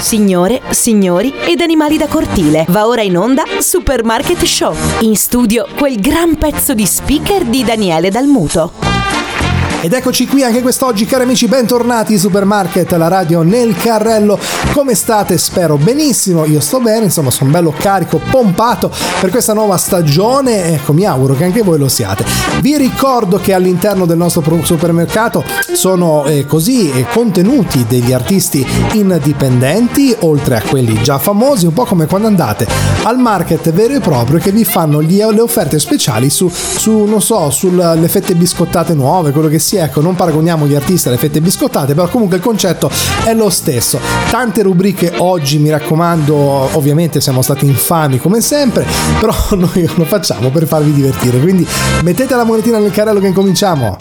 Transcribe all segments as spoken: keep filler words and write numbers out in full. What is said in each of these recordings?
Signore, signori ed animali da cortile, va ora in onda Supermarket Show. In studio quel gran pezzo di speaker di Daniele Dalmuto. Ed eccoci qui anche quest'oggi, cari amici, bentornati Supermarket, la radio nel carrello. Come state? Spero benissimo, io sto bene, insomma sono bello carico, pompato per questa nuova stagione, ecco, mi auguro che anche voi lo siate. Vi ricordo che all'interno del nostro supermercato sono eh, così eh, contenuti degli artisti indipendenti, oltre a quelli già famosi, un po' come quando andate al market vero e proprio che vi fanno gli, le offerte speciali su, su non so, sulle fette biscottate nuove, quello che sia. Ecco, non paragoniamo gli artisti alle fette biscottate, però comunque il concetto è lo stesso. Tante rubriche oggi, mi raccomando, ovviamente siamo stati infami come sempre, però noi lo facciamo per farvi divertire, quindi mettete la monetina nel carrello che incominciamo.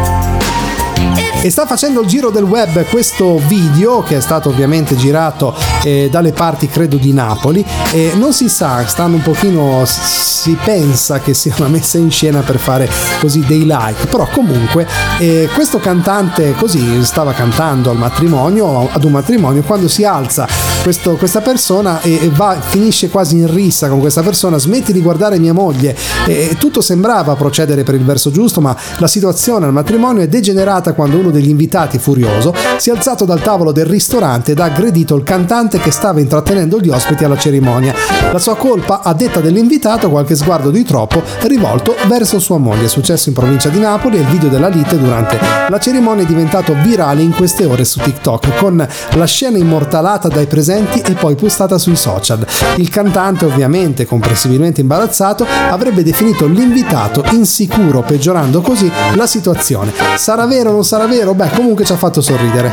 E sta facendo il giro del web questo video, che è stato ovviamente girato eh, dalle parti credo di Napoli, e non si sa, stanno un pochino, si pensa che sia una messa in scena per fare così dei like, però comunque eh, questo cantante così stava cantando al matrimonio, ad un matrimonio, quando si alza questo, questa persona e, e va, finisce quasi in rissa con questa persona: smetti di guardare mia moglie, e, e tutto sembrava procedere per il verso giusto, ma la situazione al matrimonio è degenerata quando uno degli invitati, furioso, si è alzato dal tavolo del ristorante ed ha aggredito il cantante che stava intrattenendo gli ospiti alla cerimonia. La sua colpa, a detta dell'invitato, qualche sguardo di troppo rivolto verso sua moglie. È successo in provincia di Napoli e il video della lite durante la cerimonia è diventato virale in queste ore su TikTok, con la scena immortalata dai presenti e poi postata sui social. Il cantante, ovviamente comprensibilmente imbarazzato, avrebbe definito l'invitato insicuro, peggiorando così la situazione. Sarà vero o non sarà vero? Beh, comunque ci ha fatto sorridere.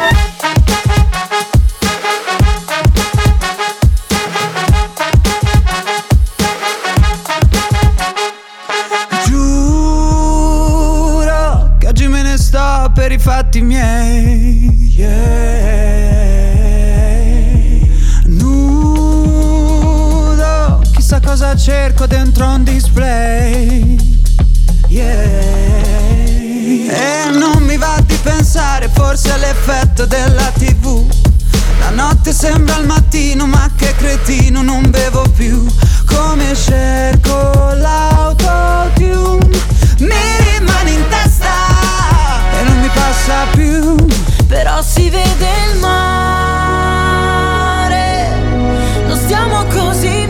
Giuro che oggi me ne sto per i fatti miei, yeah. Nudo, chissà cosa cerco dentro un display, yeah. E non mi va di pensare, forse è l'effetto della tivù. La notte sembra il mattino, ma che cretino, non bevo più. Come cerco l'autotune, mi rimane in testa e non mi passa più. Però si vede il mare, non stiamo così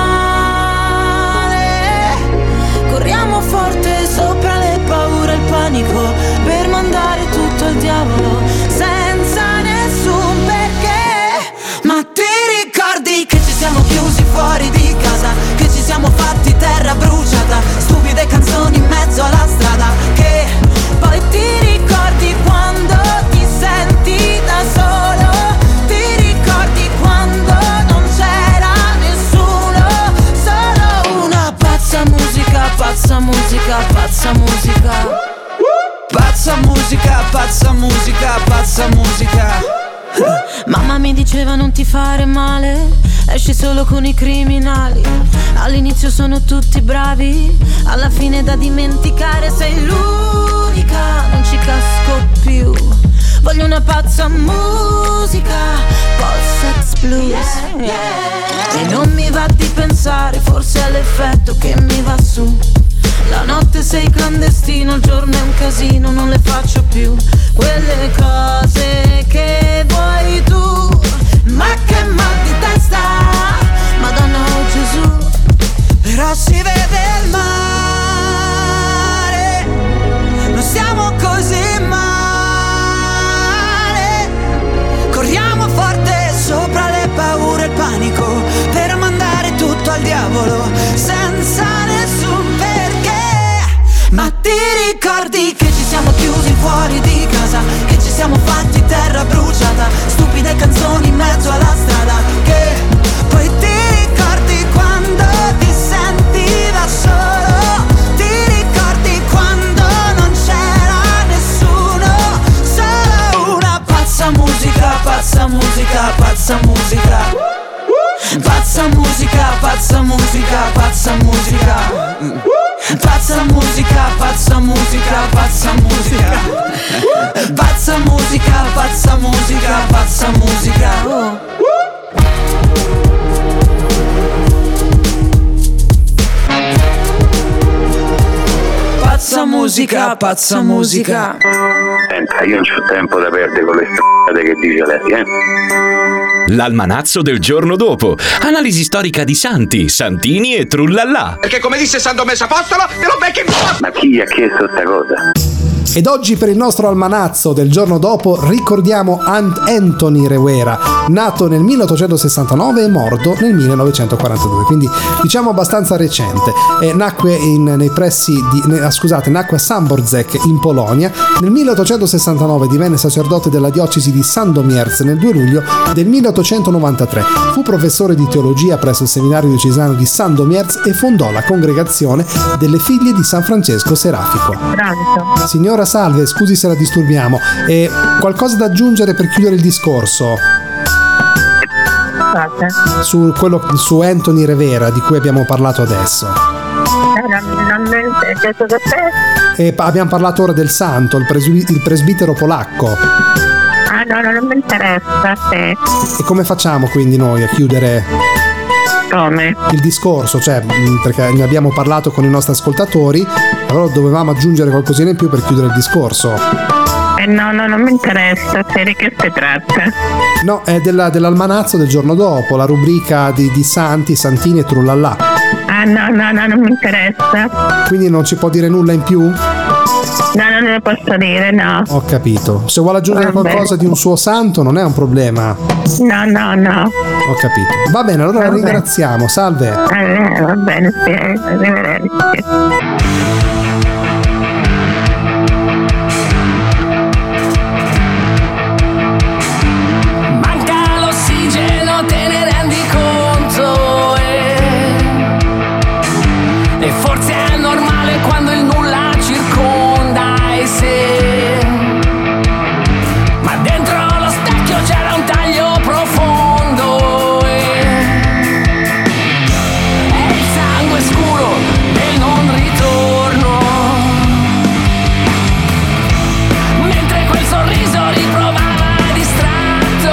male. Corriamo forte sopra le paure e il panico, per mandare tutto al diavolo senza nessun perché. Ma ti ricordi che ci siamo chiusi fuori di casa, che ci siamo fatti terra bruciata, stupide canzoni in mezzo alla strada, che poi ti ricordi quando ti senti da solo, ti ricordi quando non c'era nessuno, solo una pazza musica, pazza musica, pazza musica. Pazza musica, pazza musica, pazza musica. Mamma mi diceva non ti fare male, esci solo con i criminali. All'inizio sono tutti bravi, alla fine da dimenticare sei l'unica, non ci casco più. Voglio una pazza musica, post-sex blues, yeah, yeah. E non mi va di pensare, forse è l'effetto che mi va su. La notte sei clandestino, il giorno è un casino, non le faccio più quelle cose che vuoi tu. Ma che mal di testa, Madonna o Gesù. Però si vede il mare, non siamo così male. Corriamo forte sopra le paure e il panico, per mandare tutto al diavolo senza nessun perché. Ma ti ricordi che ci siamo chiusi fuori di casa, che ci siamo fatti terra bruciata, stupide canzoni in mezzo alla strada, che poi ti ricordi quando ti senti da solo, ti ricordi quando non c'era nessuno, solo una pazza musica, pazza musica, pazza musica. Pazza musica, pazza musica, pazza musica. Pazza musica, pazza musica, pazza musica. Pazza musica, pazza musica, pazza musica. Oh. Pazza musica, pazza musica. Senta, io non c'ho tempo da perdere con le strade che dice lei, eh? L'almanazzo del giorno dopo. Analisi storica di santi, santini e trullallà. Perché come disse San Domenico Apostolo, te lo becchi in po'! Ma chi gli ha chiesto sta cosa? Ed oggi per il nostro almanazzo del giorno dopo ricordiamo Ant- Anthony Rewera, nato nel milleottocentosessantanove e morto nel millenovecentoquarantadue, quindi diciamo abbastanza recente. E nacque in, nei pressi di, ne, scusate, nacque a Samborczek in Polonia. Nel milleottocentosessantanove divenne sacerdote della diocesi di Sandomierz nel due luglio del milleottocentonovantatré. Fu professore di teologia presso il seminario diocesano di Sandomierz e fondò la congregazione delle figlie di San Francesco Serafico. Pronto. Signora, salve, scusi se la disturbiamo. E qualcosa da aggiungere per chiudere il discorso? cosa? Su quello su Anthony Rivera di cui abbiamo parlato adesso. Eh, non, non mi interessa da te. E pa- abbiamo parlato ora del santo, il, presbi- il presbitero polacco. Ah no, no, non mi interessa a te. E come facciamo quindi noi a chiudere Come? il discorso? Cioè, mh, perché ne abbiamo parlato con i nostri ascoltatori, allora dovevamo aggiungere qualcosina in più per chiudere il discorso. Eh no, no, non mi interessa, se di che si tratta? No, è della, dell'almanazzo del giorno dopo, la rubrica di, di Santi, Santini e Trullallà. Ah no, no, no, non mi interessa. Quindi non ci può dire nulla in più? No, non lo posso dire, no. Ho capito. Se vuole aggiungere Vabbè. qualcosa di un suo santo non è un problema. No, no, no. Ho capito. Va bene, allora la Vabbè. ringraziamo. Salve. Eh, va bene, sì, arrivederci. Manca l'ossigeno, te ne rendi conto, eh? E forse è normale quando il nulla circonda e se. Ma dentro lo specchio c'era un taglio profondo, eh? È il sangue scuro del non ritorno. Mentre quel sorriso riprovava distratto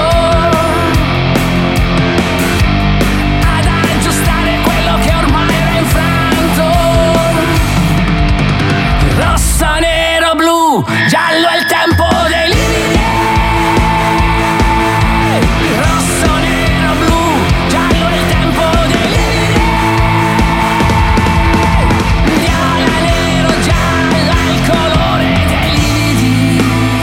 ad aggiustare quello che ormai era infranto. Rosso, nero, blu, giallo è il tempo dei lividi. Rosso, nero, blu, giallo è il tempo dei lividi. Viola, nero, giallo è il colore dei lividi.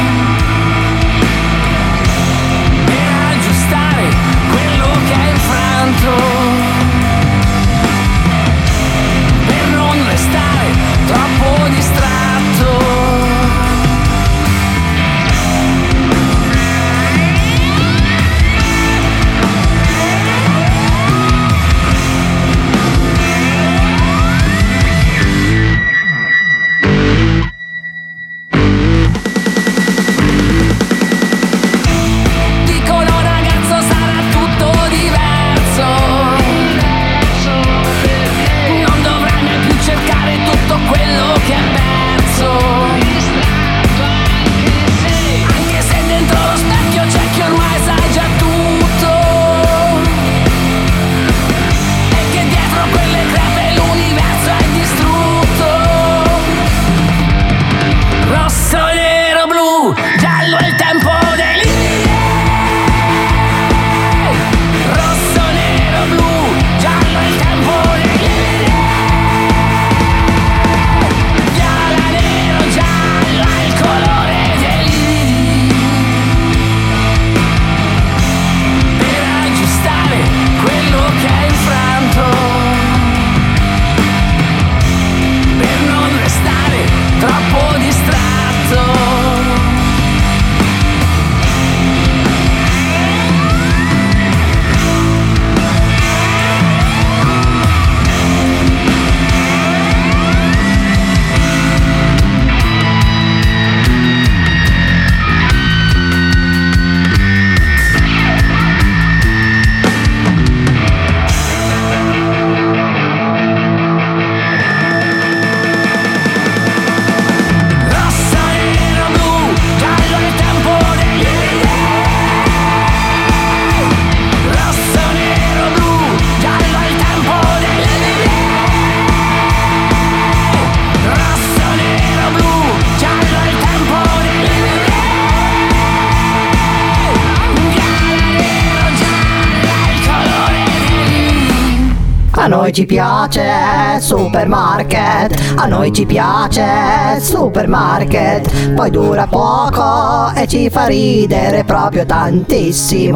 Per aggiustare quello che è infranto, per non restare troppo distratto. Dicono ragazzo sarà tutto diverso, non dovrai mai più cercare tutto quello che è perso, anche se dentro lo specchio c'è chi ormai sa già tutto e che dietro quelle crepe l'universo è distrutto. Rosso, nero, blu, giallo è il tempo dei lividi. Rosso, nero, blu, giallo è il tempo dei lividi. Viola, nero, giallo è il colore dei lividi. Per aggiustare quello che è infranto, per non restare troppo distratto. Rosso, nero, blu, giallo è il tempo dei lividi. Rosso, nero, blu, giallo è il tempo dei lividi. Rosso, nero, blu, giallo è il tempo dei lividi. Viola, nero, giallo è il colore dei lividi. A noi ci piace Supermarket, a noi ci piace Supermarket, poi dura poco e ci fa ridere proprio tantissimo.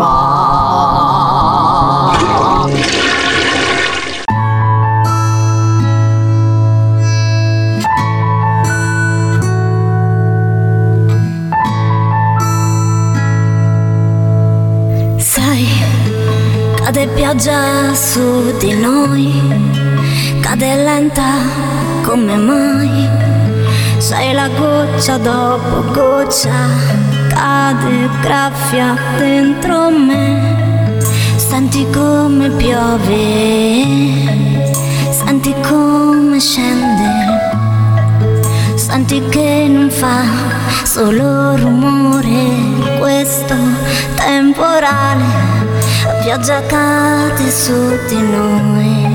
Sai, cade pioggia su di noi, cade lenta come mai. Sai, la goccia dopo goccia cade, graffia dentro me. Senti come piove, senti come scende, senti che non fa solo rumore questo temporale, la pioggia cade su di noi.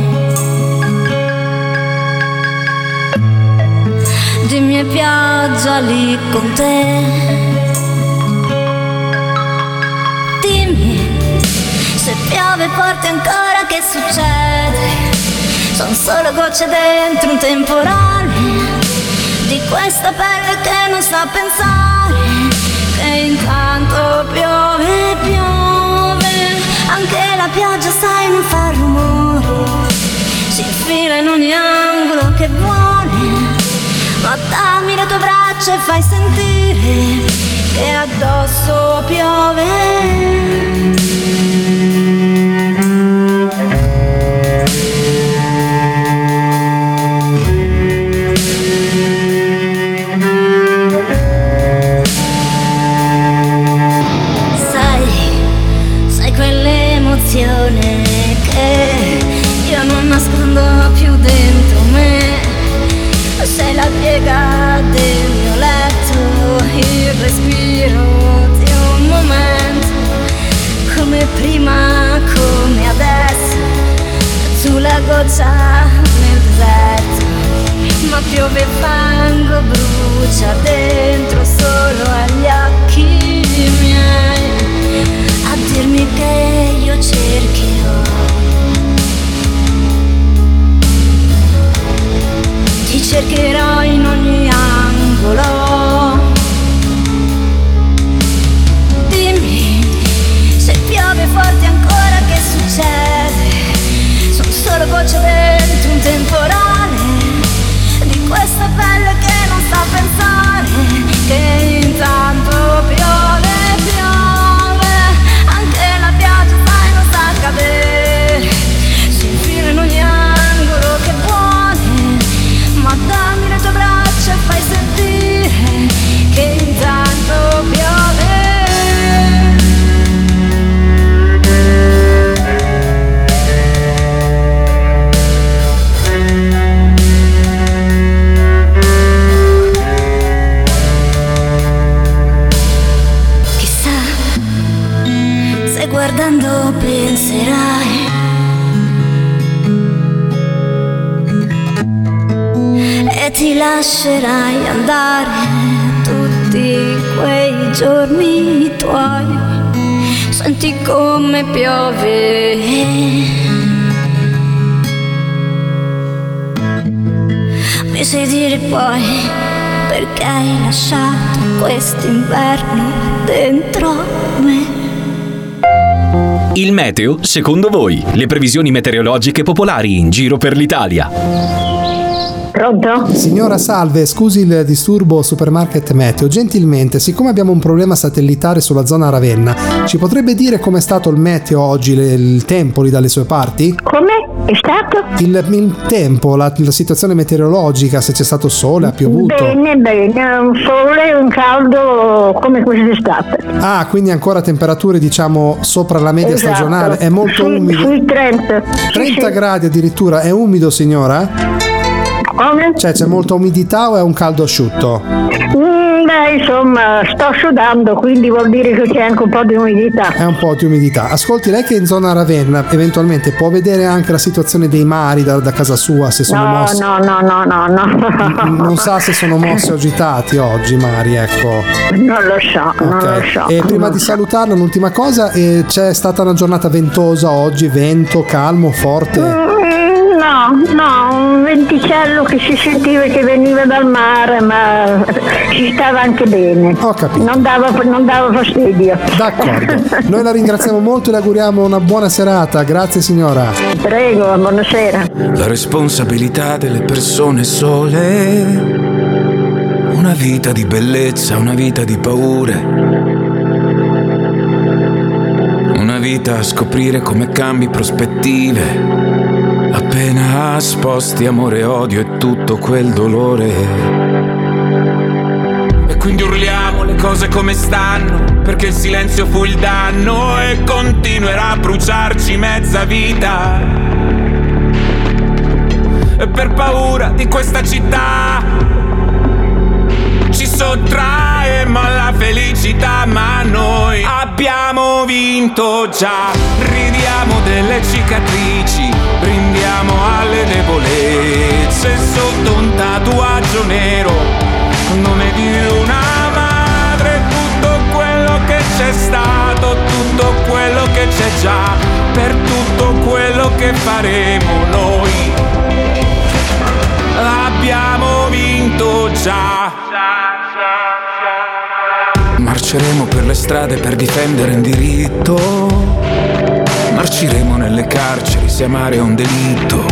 Dimmi è pioggia lì con te, dimmi se piove forte ancora che succede. Sono solo gocce dentro un temporale, di questa pelle che non sa pensare, che intanto piove, piove. Anche la pioggia sai non fa rumore, si infila in ogni angolo che vuole. Ma dammi le tue braccia e fai sentire che addosso piove. Che io non nascondo più dentro me, sei la piega del mio letto, il respiro di un momento, come prima, come adesso, tu la goccia nel deserto, ma piove fango, brucia dentro solo agli occhi miei, a dirmi che io cercherò, ti cercherò in ogni angolo. Dimmi se piove forte ancora che succede, sono solo gocce dentro un temporale, di questa pelle che non sa pensare, che intanto piove, piove. Anche la pioggia sai non sa cadere, si infila in ogni angolo che vuole. Ma dammi le tue braccia e fai sentire che intanto piove. Chissà se guardando penserai e ti lascerai andare tutti quei giorni tuoi. Senti come piove, mi sai dire poi perché hai lasciato quest'inverno dentro me. Il meteo secondo voi, le previsioni meteorologiche popolari in giro per l'Italia. Pronto? Signora salve, scusi il disturbo Supermarket Meteo. Gentilmente, siccome abbiamo un problema satellitare sulla zona Ravenna, ci potrebbe dire com'è stato il meteo oggi, le, il tempo lì dalle sue parti? Come? È stato? Il, il tempo, la, la situazione meteorologica, se c'è stato sole, ha piovuto? Bene, bene, un sole, un caldo come quest'estate. Ah, quindi ancora temperature diciamo sopra la media Esatto. stagionale, è molto Sui- umido. Sui trenta. trenta Sì, sì. gradi addirittura, è umido signora? Come? Cioè c'è molta umidità o è un caldo asciutto? Mm, beh, insomma, sto sudando, quindi vuol dire che c'è anche un po' di umidità. È un po' di umidità. Ascolti, lei che è in zona Ravenna, eventualmente può vedere anche la situazione dei mari da, da casa sua, se sono No, mossi? no, no, no, no, no. Non sa se sono mossi o agitati oggi i mari, ecco. Non lo so, non Ok. lo so. E prima non di lo so. salutarla, l'ultima cosa, eh, c'è stata una giornata ventosa oggi, vento, calmo, forte? Mm, No, no, un venticello che si sentiva che veniva dal mare, ma ci stava anche bene. Ho capito. Non dava, non dava fastidio. D'accordo. Noi la ringraziamo molto e le auguriamo una buona serata. Grazie signora. Prego, buonasera. La responsabilità delle persone sole, una vita di bellezza, una vita di paure, una vita a scoprire come cambi prospettive, appena sposti amore e odio e tutto quel dolore. E quindi urliamo le cose come stanno, perché il silenzio fu il danno e continuerà a bruciarci mezza vita. E per paura di questa città ci sottraemmo alla felicità, ma noi abbiamo vinto già. Ridiamo delle cicatrici, brindiamo alle debolezze sotto un tatuaggio nero, nome di una madre. Tutto quello che c'è stato, tutto quello che c'è già, per tutto quello che faremo noi abbiamo vinto già. Marceremo per le strade per difendere un diritto, marciremo nelle carceri se amare è un delitto,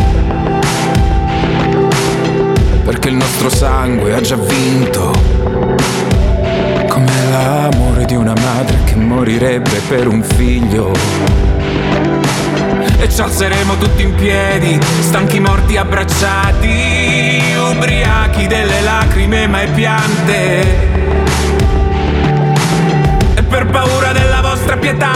perché il nostro sangue ha già vinto, come l'amore di una madre che morirebbe per un figlio. E ci alzeremo tutti in piedi, stanchi morti abbracciati, ubriachi delle lacrime mai piante. E per paura della vostra pietà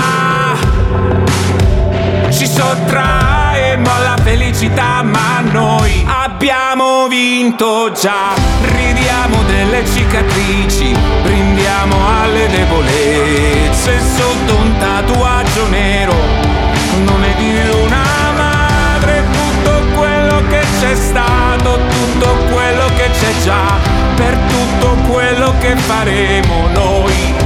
ci sottraemmo alla felicità, ma noi abbiamo vinto già. Ridiamo delle cicatrici, brindiamo alle debolezze sotto un tatuaggio nero, nome di una madre. Tutto quello che c'è stato, tutto quello che c'è già, per tutto quello che faremo noi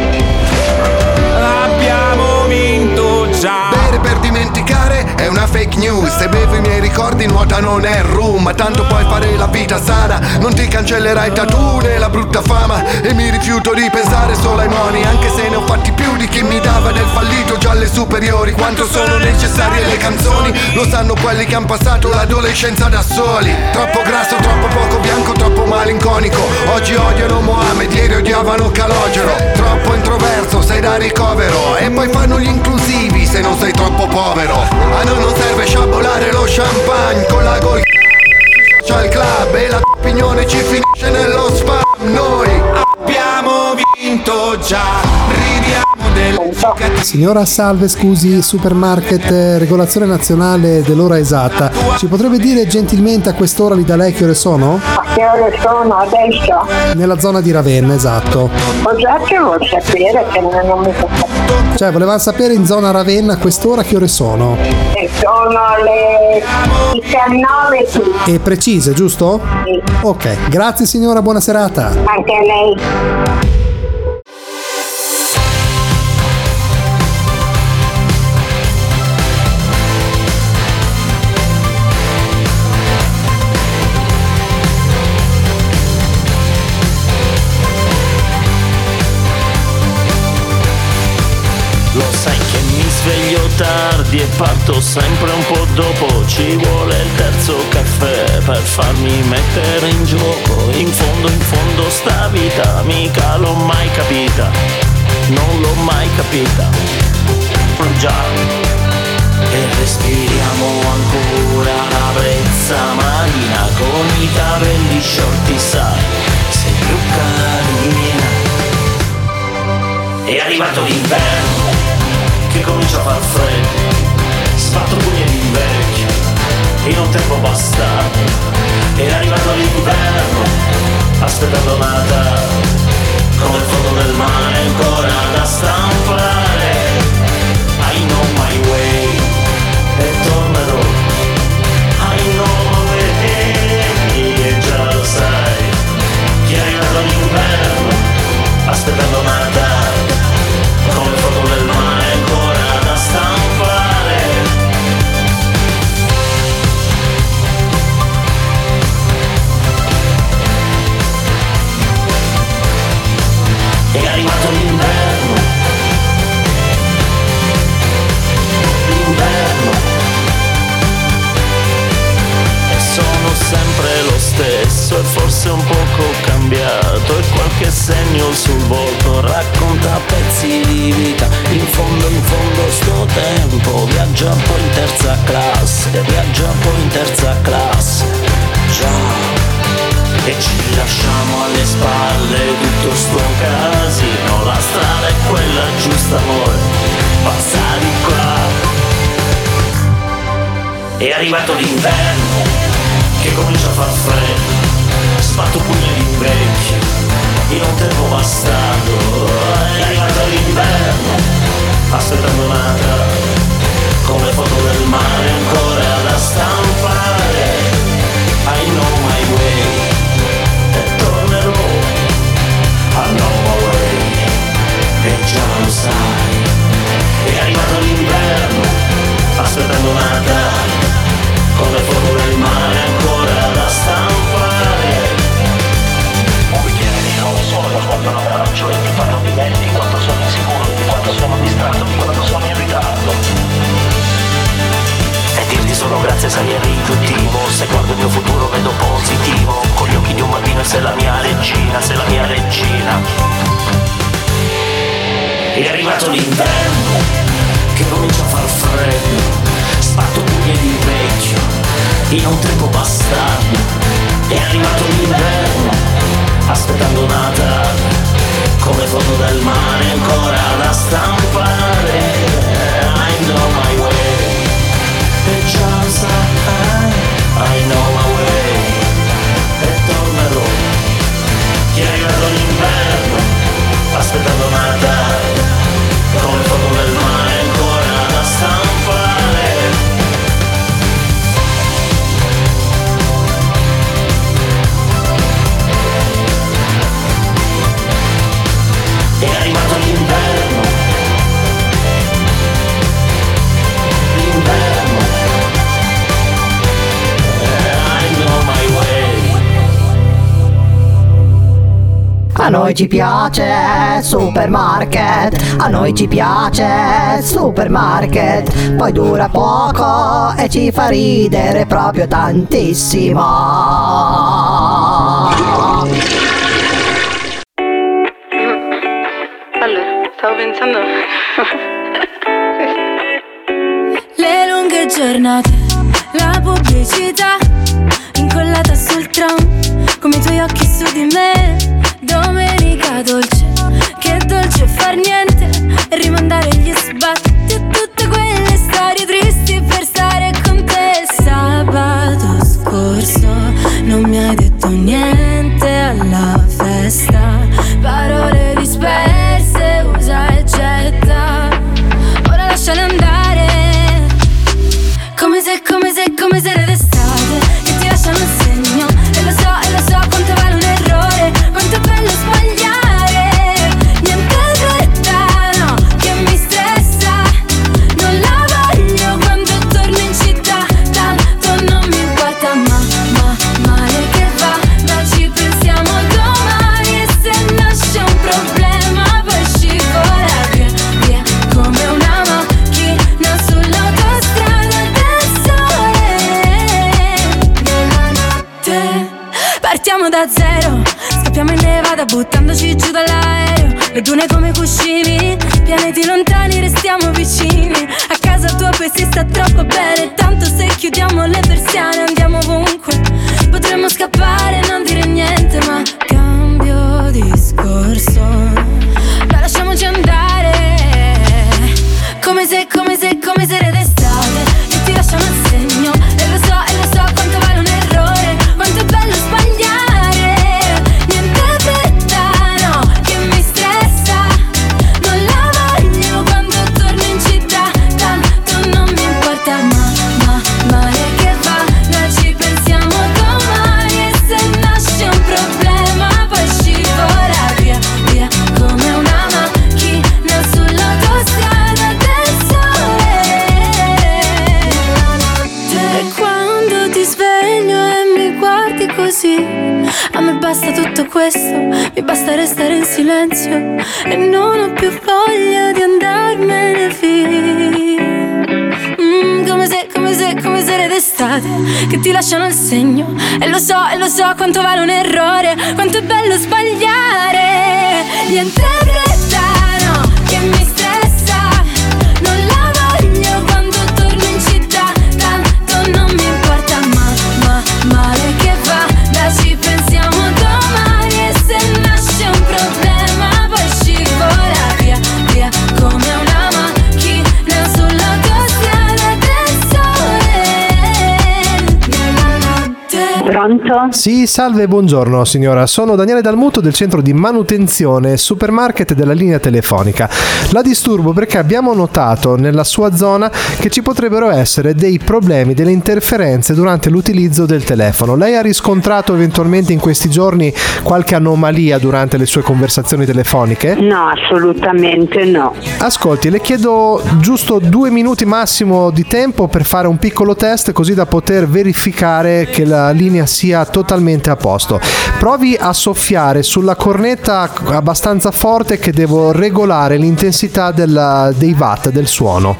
abbiamo vinto già. Bere per dimenticare è una fake news. Se bevo i miei ricordi nuota non è rum, ma tanto puoi fare la vita sana, non ti cancellerai il tattoo né la brutta fama. E mi rifiuto di pensare solo ai moni, anche se ne ho fatti più di chi mi dava del fallito già alle superiori. Quanto sono necessarie le canzoni lo sanno quelli che han passato l'adolescenza da soli. Troppo grasso, troppo poco bianco, troppo malinconico. Oggi odiano Mohammed, ieri odiavano Calogero. Troppo introverso, sei da ricovero, e poi fanno gli inclusivi se non sei troppo povero. A noi non serve sciabolare lo champagne con la gol, c'è il club e la opinione ci finisce nello spam. Noi abbiamo vinto già, ridiamo delle cicatrici. Signora, salve, scusi, supermarket, eh, regolazione nazionale dell'ora esatta. Ci potrebbe dire gentilmente a quest'ora lì da lei che ore sono? A che ore sono adesso? Nella zona di Ravenna, esatto. Cosa che vuol sapere che non mi fa? Cioè, voleva sapere in zona Ravenna a quest'ora che ore sono? E sono le diciannove sì. E precise, giusto? Sì. Ok, grazie signora, buona serata. Anche a lei. Lo sai che mi sveglio tardi e parto sempre un po' dopo. Ci vuole il terzo caffè per farmi mettere in gioco. In fondo, in fondo sta vita mica l'ho mai capita, non l'ho mai capita. Già. E respiriamo ancora la brezza marina, con i capelli sciolti sai, sei più carina. È arrivato l'inverno che comincia a far freddo, sbatto pugni d'invecchio in un tempo bastardo. È arrivato l'inverno, aspettando Natale, come il fondo del mare ancora da stampare. I know my way e tornerò, I know my way, e già lo sai che è arrivato l'inverno, aspettando Natale, come il fuoco del mare ancora da stampare. È arrivato l'inverno, l'inverno, e sono sempre lo stesso e forse un poco cambiato, e qualche segno sul volto racconta pezzi di vita. In fondo, in fondo sto tempo viaggia un po' in terza classe, viaggia un po' in terza classe. Già. e ci lasciamo alle spalle tutto sto casino. La strada è quella giusta, amore, passa di qua. È arrivato l'inverno che comincia a far freddo, sbatto pugni di vecchio in un tempo bastardo. È arrivato l'inverno, aspettando un'altra, come foto del mare ancora da stampare. I know my way, e tornerò. I know my way, e già lo sai. È arrivato l'inverno, aspettando Natale, come foto del mare ancora da stampare. Un bicchiere di rosso da quando non faccio e mi fanno diverti, di quanto sono insicuro, di quanto sono distratto, di quanto sono in ritardo. E dirti solo grazie sai è riduttivo, se guardo il mio futuro vedo positivo, con gli occhi di un bambino e sei la mia regina, sei la mia regina. È arrivato l'inverno che comincia a far freddo, sbatto pugni di vecchio in un tempo bastardo. È arrivato l'inverno, aspettando Natale, come foto del mare ancora da stampare. I know my way, e già lo sai. I know my way, e tornerò. È arrivato l'inverno, aspettando Natale, come foto del mare ancora da stampare. È arrivato l'inverno, l'inverno, I know my way. A noi ci piace Supermarket, a noi ci piace Supermarket, poi dura poco e ci fa ridere proprio tantissimo. Allora, stavo pensando. Le lunghe giornate, la pubblicità incollata sul tram, come i tuoi occhi su di me. Domenica dolce, che dolce far niente e rimandare gli sbatti e tutte quelle storie tristi per stare con te. Sabato scorso non mi hai detto niente alla festa, parole disperse, usa e getta. Ora lasciale andare, come se, come se, come se era d'estate, che ti lasciano il segno. E lo so, e lo so quanto vale un errore, quanto è bello sbagliare. Niente fretta, no, che mi stressa. Non la voglio quando torno in città, tanto non mi importa, ma, ma, male che va. Ma ci pensiamo domani e se nasce un problema poi scivola via, via, come una macchina sull'autostrada del sole. Nella notte partiamo da zero, scappiamo in Nevada buttandoci giù dall'aereo. Le dune come cuscini, pianeti lontani restiamo vicini. A casa tua poi si sta troppo bene, tanto se chiudiamo le persiane andiamo ovunque. Potremmo scappare e non dire niente, ma cambio discorso, la lasciamoci andare, come se, come se, come se era d'estate, che ti lasciano il segno. E lo so, e lo so quanto vale un errore, quanto è bello sbagliare. Niente fretta, no, che mi stressa. Non la voglio quando torno in città, tanto non mi importa, ma, ma, male che va. Noi ci pensiamo domani e se nasce un problema poi scivola via, via, come una macchina sull'autostrada del sole. E quando ti sveglio e mi guardi così, a me basta tutto questo, mi basta restare in silenzio e non ho più voglia di andarmene via. Mm, come se, come se, come se era d'estate, che ti lasciano il segno. E lo so, e lo so quanto vale un errore, quanto è bello sbagliare. Niente fretta, no, che mi stressa. Non la voglio quando torno in città, tanto non mi importa, ma, ma, male che va. Da ci pensiamo Pronto? Sì, salve, buongiorno signora, sono Daniele Dalmuto del centro di manutenzione supermarket della linea telefonica. La disturbo perché abbiamo notato nella sua zona che ci potrebbero essere dei problemi, delle interferenze durante l'utilizzo del telefono. Lei ha riscontrato eventualmente in questi giorni qualche anomalia durante le sue conversazioni telefoniche? No, assolutamente no. Ascolti, le chiedo giusto due minuti massimo di tempo per fare un piccolo test così da poter verificare che la linea sia totalmente a posto. Provi a soffiare sulla cornetta abbastanza forte che devo regolare l'intensità della, dei watt del suono.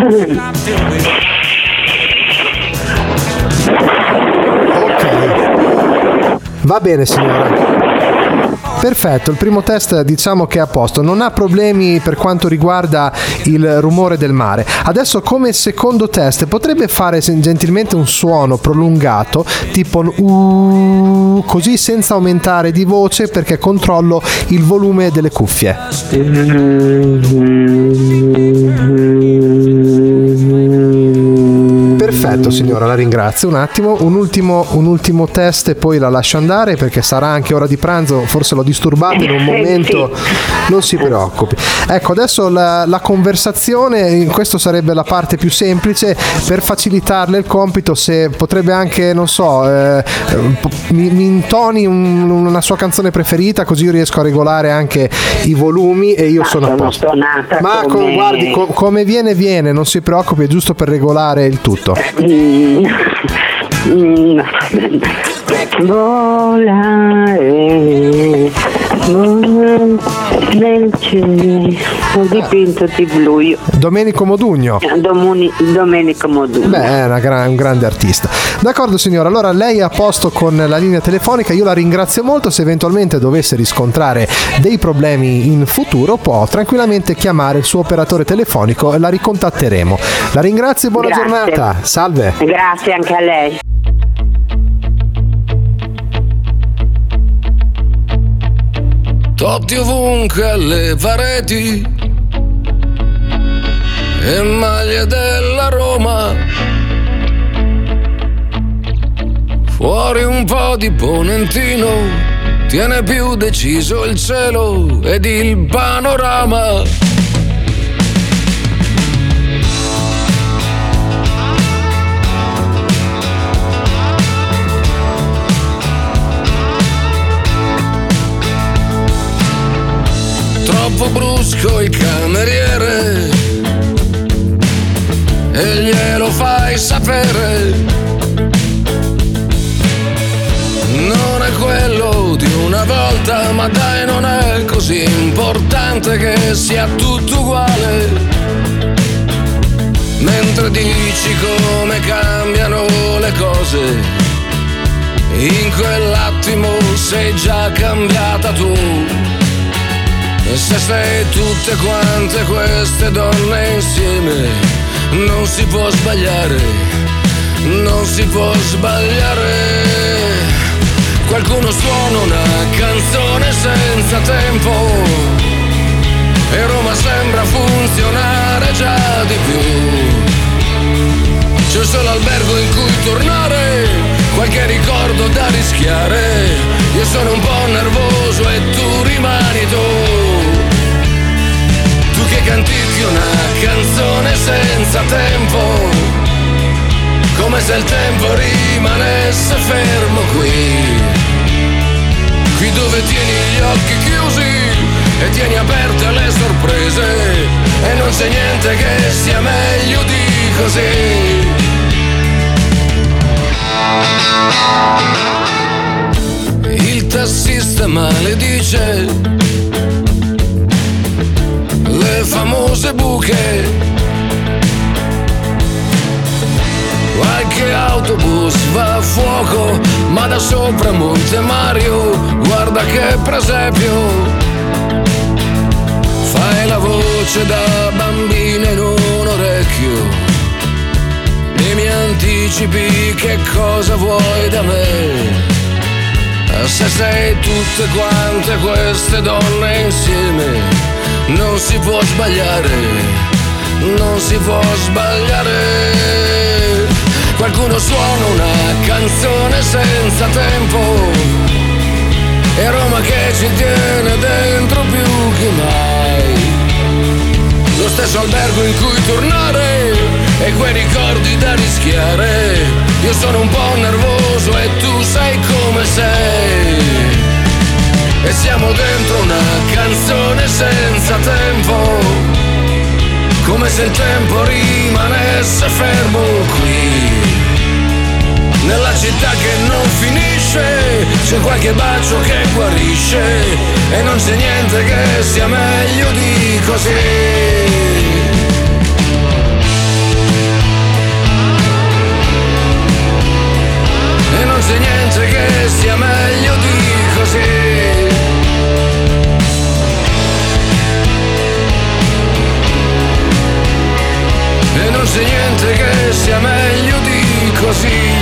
Ok. Va bene signora. Perfetto, il primo test diciamo che è a posto, non ha problemi per quanto riguarda il rumore del mare. Adesso come secondo test potrebbe fare gentilmente un suono prolungato tipo uh, così senza aumentare di voce perché controllo il volume delle cuffie. Perfetto signora, la ringrazio. Un attimo, un ultimo, un ultimo test e poi la lascio andare perché sarà anche ora di pranzo, forse l'ho disturbata in un momento, non si preoccupi. Ecco, adesso la, la conversazione, questo sarebbe la parte più semplice, per facilitarle il compito, se potrebbe anche, non so, eh, mi, mi intoni un, una sua canzone preferita così io riesco a regolare anche i volumi e io Ma sono a posto. Ma come... con, guardi, co- come viene viene, non si preoccupi, è giusto per regolare il tutto. Mm. Mm. Volare, volare nel cielo, ho dipinto di blu io. Domenico Modugno. Domuni, Domenico Modugno. Beh, è una gra- un grande artista. D'accordo signora, allora lei è a posto con la linea telefonica, io la ringrazio molto. Se eventualmente dovesse riscontrare dei problemi in futuro può tranquillamente chiamare il suo operatore telefonico e la ricontatteremo. La ringrazio e buona Grazie. giornata. Salve. Grazie anche a lei. Totti ovunque alle pareti e maglie della Roma, fuori un po' di ponentino, tiene più deciso il cielo ed il panorama. Troppo brusco il cameriere e glielo fai sapere. Non è quello di una volta, ma dai, non è così importante che sia tutto uguale. Mentre dici come cambiano le cose, in quell'attimo sei già cambiata tu. Se sei tutte quante queste donne insieme, non si può sbagliare, non si può sbagliare. Qualcuno suona una canzone senza tempo e Roma sembra funzionare già di più. C'è solo albergo in cui tornare, qualche ricordo da rischiare. Io sono un po' nervoso e tu rimani tu. Tu che cantichi una canzone senza tempo, come se il tempo rimanesse fermo qui. Qui dove tieni gli occhi chiusi e tieni aperte le sorprese, e non c'è niente che sia meglio di così. Il tassista maledice le famose buche, qualche autobus va a fuoco, ma da sopra Monte Mario, guarda che presepio. Fai la voce da bambina in un orecchio e mi anticipi che cosa vuoi da me. Se sei tutte quante queste donne insieme, non si può sbagliare, non si può sbagliare. Qualcuno suona una canzone senza tempo, e Roma che ci tiene dentro più che mai. Lo stesso albergo in cui tornare e quei ricordi da rischiare. Io sono un po' nervoso e tu sai come sei. E siamo dentro una canzone senza tempo, come se il tempo rimanesse fermo qui. Nella città che non finisce c'è qualche bacio che guarisce, e non c'è niente che sia meglio di così. E non c'è niente che sia meglio di così. E non c'è niente che sia meglio di così.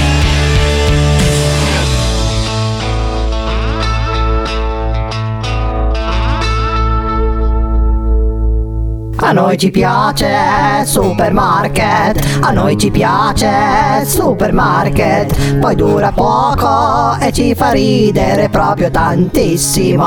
A noi ci piace Supermarket, a noi ci piace Supermarket, poi dura poco e ci fa ridere proprio tantissimo.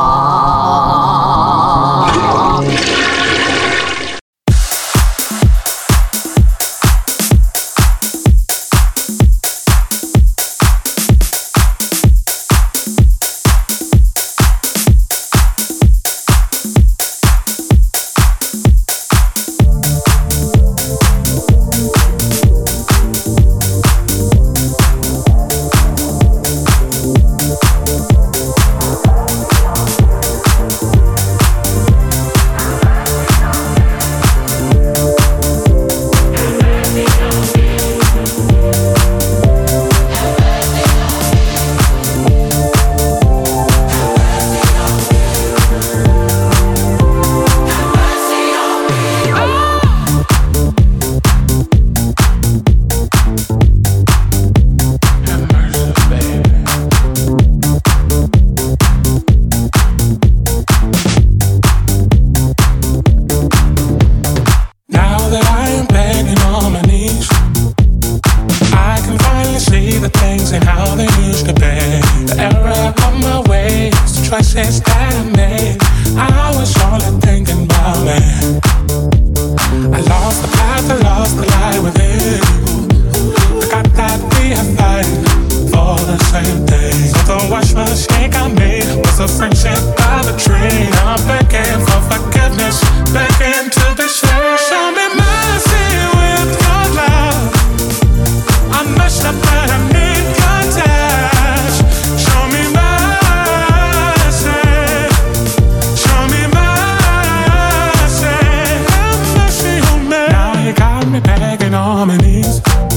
Now you got me begging on my knees.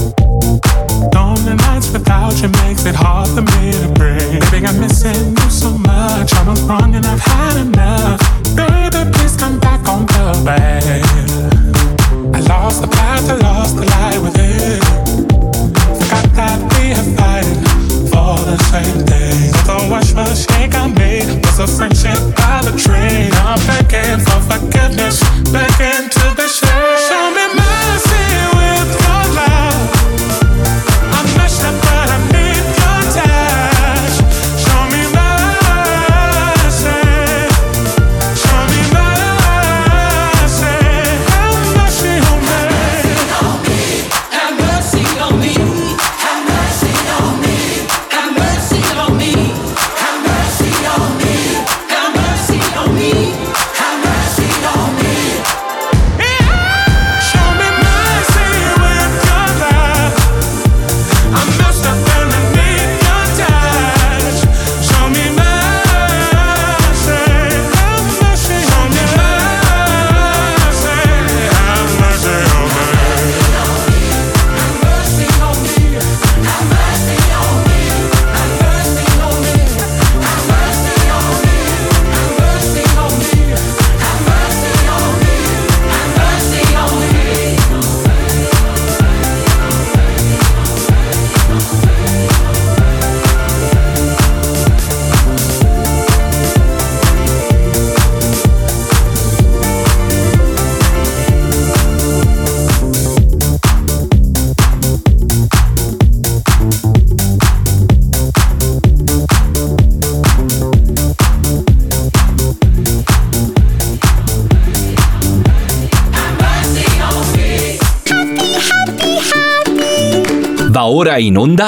Va ora in onda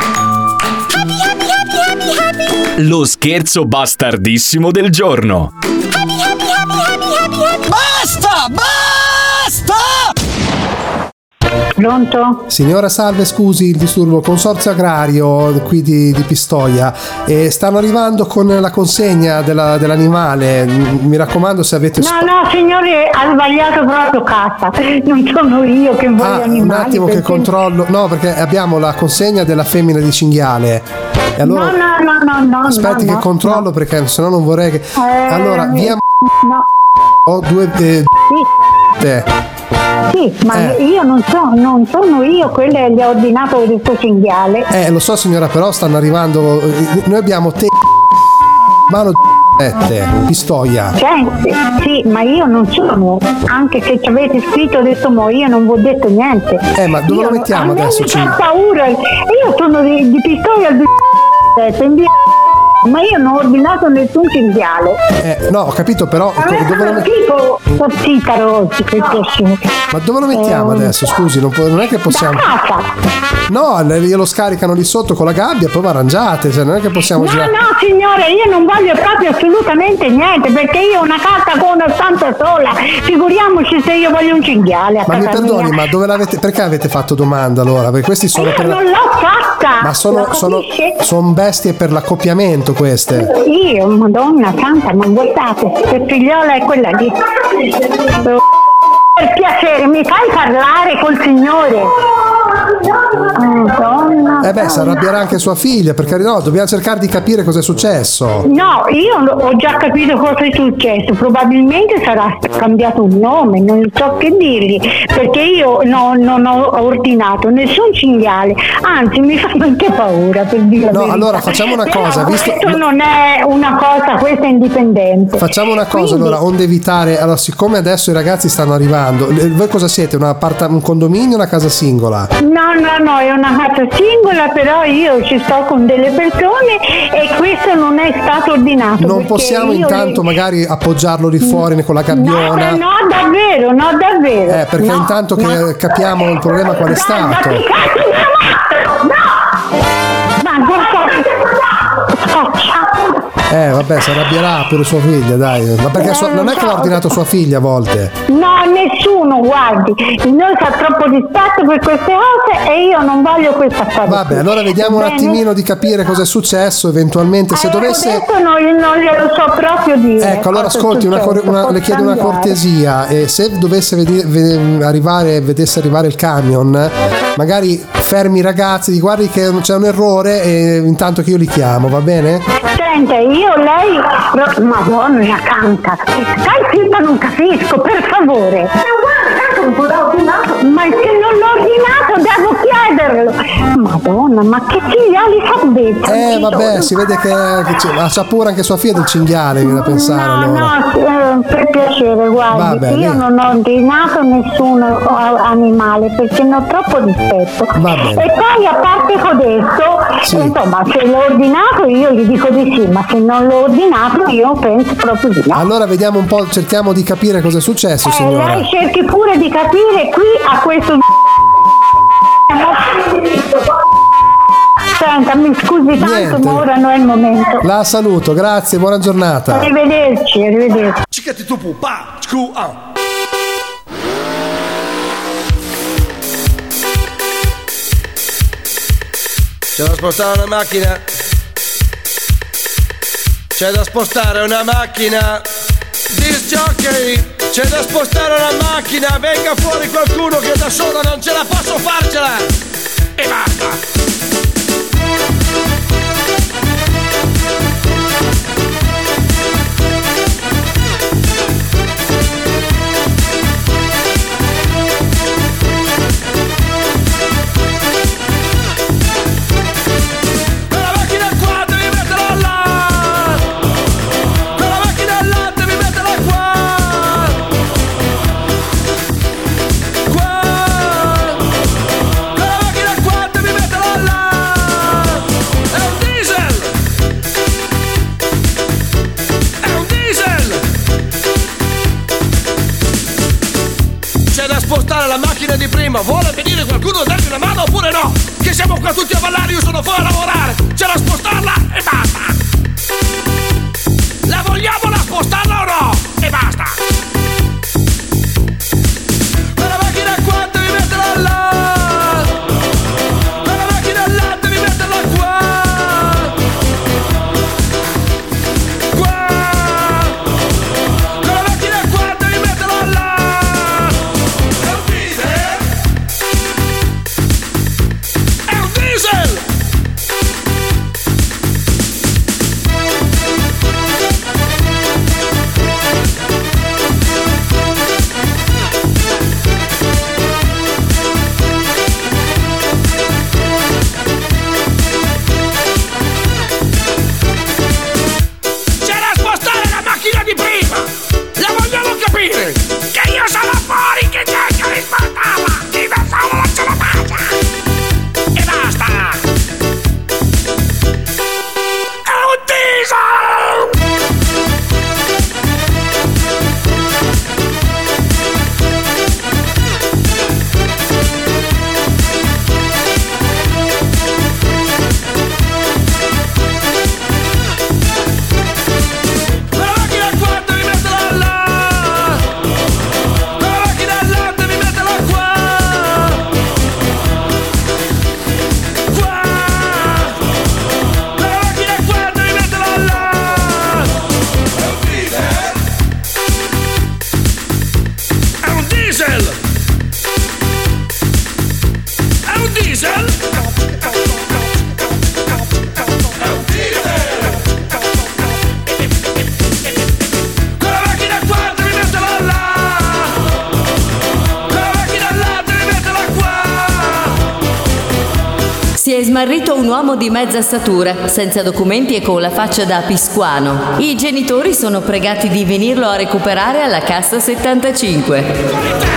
lo scherzo bastardissimo del giorno. Basta! Basta! Pronto? Signora salve, scusi il disturbo, consorzio agrario qui di, di Pistoia, e stanno arrivando con la consegna della, dell'animale, mi raccomando se avete... No, no signore, ha sbagliato proprio casa, non sono io che voglio ah, animali. Un attimo perché... che controllo, no perché abbiamo la consegna della femmina di cinghiale. E allora... No, no, no, no, no. Aspetti no, che no, controllo no. perché sennò non vorrei che... Eh, allora, via... No. Ho due... Eh... Sì. Te. Sì, ma Eh. io non sono, non sono io quella che gli ha ordinato questo cinghiale. Eh, lo so signora, però stanno arrivando... Noi abbiamo te... Mano Pistoia. Senti, sì, ma io non sono, anche se ci avete scritto adesso mo, io non vi ho detto niente. Eh, ma dove io, lo mettiamo a me adesso? Mi fa paura, io sono di, di Pistoia al in via, ma io non ho ordinato nessun cinghiale. Eh, no, ho capito, però A me dove lo fanno mettiamo? schifo, zitta Rossi, per piacere. Ma dove lo mettiamo Eh, adesso? Scusi, non, può- non è che possiamo. Da casa. No, le- glielo scaricano lì sotto con la gabbia, poi vi arrangiate, cioè non è che possiamo No, girare. no signore, io non voglio proprio assolutamente niente, perché io ho una casa con una stanza sola, figuriamoci se io voglio un cinghiale a Ma mi casa perdoni, mia. ma dove l'avete. Perché avete fatto domanda allora? Perché questi sono Io per. non l'ho fatta. Ma sono, lo sono, capisce? sono bestie per l'accoppiamento queste. Io, madonna santa, ma guardate, che figliola è quella lì. Per piacere, mi fai parlare col signore? Madonna. Eh beh, si arrabbierà anche sua figlia, perché no, dobbiamo cercare di capire cosa è successo. No, io ho già capito cosa è successo, probabilmente sarà cambiato un nome, non so che dirgli, perché io no, non ho ordinato nessun cinghiale, anzi mi fa anche paura per dire la No, verità. allora facciamo una Però cosa, visto- questo non è una cosa, questa è indipendente. Facciamo una cosa Quindi- allora, onde evitare. Allora, siccome adesso i ragazzi stanno arrivando, le- voi cosa siete? Un, apparta- un condominio o una casa singola? No, no, no, è una casa singola, però io ci sto con delle persone e questo non è stato ordinato. Non perché possiamo io intanto le- magari appoggiarlo lì fuori con la No, gabbiona? no, davvero, no, davvero. Eh, perché No, intanto che no. capiamo il problema qual è stato. Ma che cazzo di ammazzo? No! Ma guarda, scoccia. Eh, vabbè, si arrabbierà pure sua figlia, dai. Ma perché sua- non è che l'ha ordinato sua figlia a volte? No, nessuno, guardi, noi ha troppo rispetto per queste cose e io non voglio questa cosa. Vabbè, allora vediamo un Bene? attimino di capire cosa è successo, eventualmente se Eh, dovesse... Adesso non, non glielo so proprio dire. Ecco, allora cosa è ascolti, una cor- successo, una- le posso chiedo una cambiare. cortesia, e se dovesse vedi- ve- arrivare, vedesse arrivare il camion, magari fermi i ragazzi, di guardi che c'è un errore e intanto che io li chiamo, va bene? Senta, io lei, ro- madonna canta, stai zitta, non capisco, per favore. Ma se non l'ho ordinato devo chiederlo. Madonna, ma che cinghiali sapete? Eh vabbè, si vede che, che c'è, ma c'ha pure anche sua figlia del cinghiale, viene da pensare No, allora. no, eh, per piacere, guardi, Vabbè, io bene. non ho ordinato nessun eh, animale perché ne ho troppo rispetto. Va bene. E poi a parte codesto, Sì. insomma, se l'ho ordinato io gli dico di sì, ma se non l'ho ordinato io penso proprio di no. Allora vediamo un po', cerchiamo di capire cosa è successo, Eh, signora. lei cerchi pure di capire qui a questo. Senta, mi scusi tanto, Niente. ma ora non è il momento. La saluto, grazie, buona giornata. Arrivederci, arrivederci. Cicchetti tu pu, pa, scu, ah. C'è da spostare una macchina. C'è da spostare una macchina. Disc jockey. C'è da spostare una macchina. Venga fuori qualcuno che da solo non ce la posso farcela. E basta. Quella macchina qua devi metterla là. Quella macchina là devi metterla qua. Qua. Quella macchina qua devi metterla là. È un diesel. È un diesel. C'è da spostare la macchina di prima. Vuole venire qualcuno a darmi una mano oppure no? Che siamo Siamo qua tutti a ballare, io sono fuori a lavorare. C'è da spostarla e basta. La vogliamo la spostarla o no? E basta. Quella macchina qua devi metterla là. Quella macchina là devi metterla qua. Qua. Quella macchina qua devi metterla là. È un diesel. È un diesel. C'era da spostare la macchina di prima. La vogliamo capire. Che io sono fuori, che c'è che mi spostava. Chi da solo non ce la faccia. E basta. È un diesel. La macchina qua devi metterla là. La macchina là devi metterla qua. Qua. La macchina qua devi metterla là. È un diesel. È un diesel. È un diesel. Quella macchina qua devi metterla là. Quella macchina là devi metterla qua. Si è smarrito un uomo di mezza statura, senza documenti e con la faccia da piscuano. I genitori sono pregati di venirlo a recuperare alla cassa settantacinque.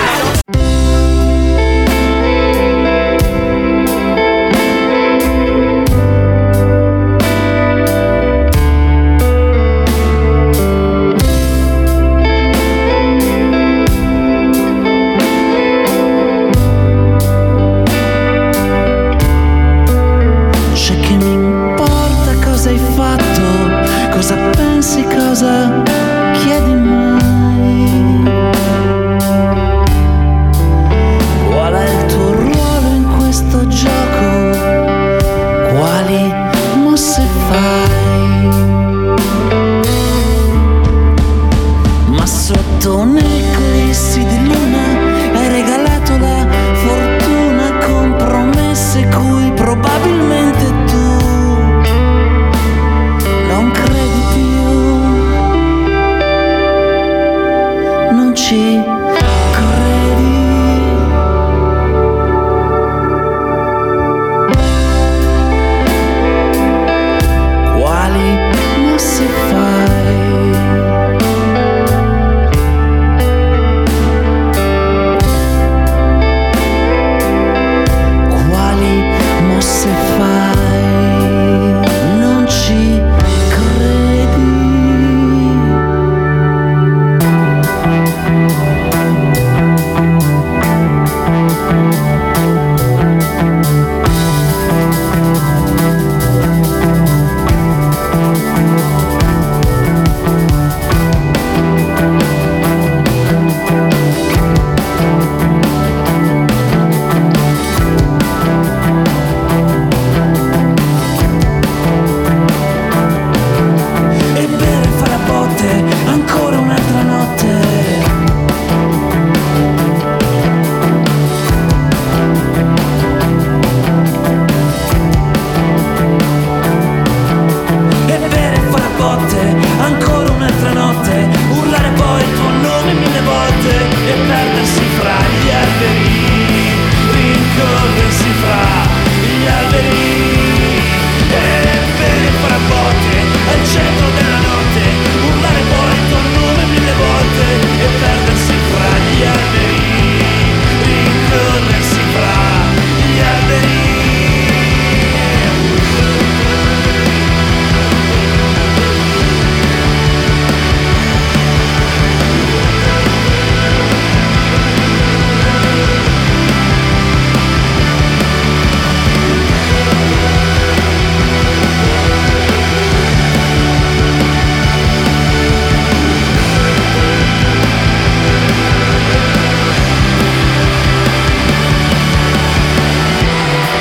C'è che mi importa cosa hai fatto, cosa pensi, cosa chiedi mai. Qual è il tuo ruolo in questo gioco? Quali mosse fai? Ma sotto un'eclissi di luna hai regalato la fortuna con promesse cui probabilmente tu non credi più.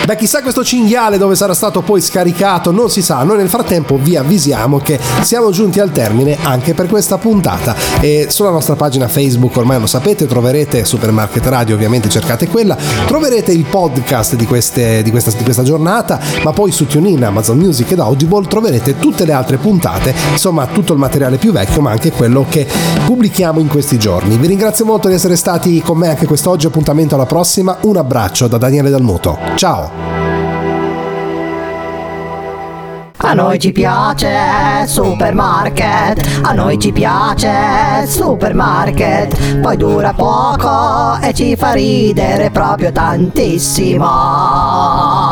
Beh, chissà questo cinghiale dove sarà stato poi scaricato, non si sa. Noi nel frattempo vi avvisiamo che siamo giunti al termine anche per questa puntata, e sulla nostra pagina Facebook, ormai lo sapete, troverete Supermarket Radio, ovviamente cercate quella, troverete il podcast di, queste, di, questa, di questa giornata, ma poi su TuneIn, Amazon Music ed Audible troverete tutte le altre puntate, insomma tutto il materiale più vecchio ma anche quello che pubblichiamo in questi giorni. Vi ringrazio molto di essere stati con me anche quest'oggi, appuntamento alla prossima, un abbraccio da Daniele Dalmuto, ciao. A noi ci piace Supermarket, a noi ci piace Supermarket, poi dura poco e ci fa ridere proprio tantissimo.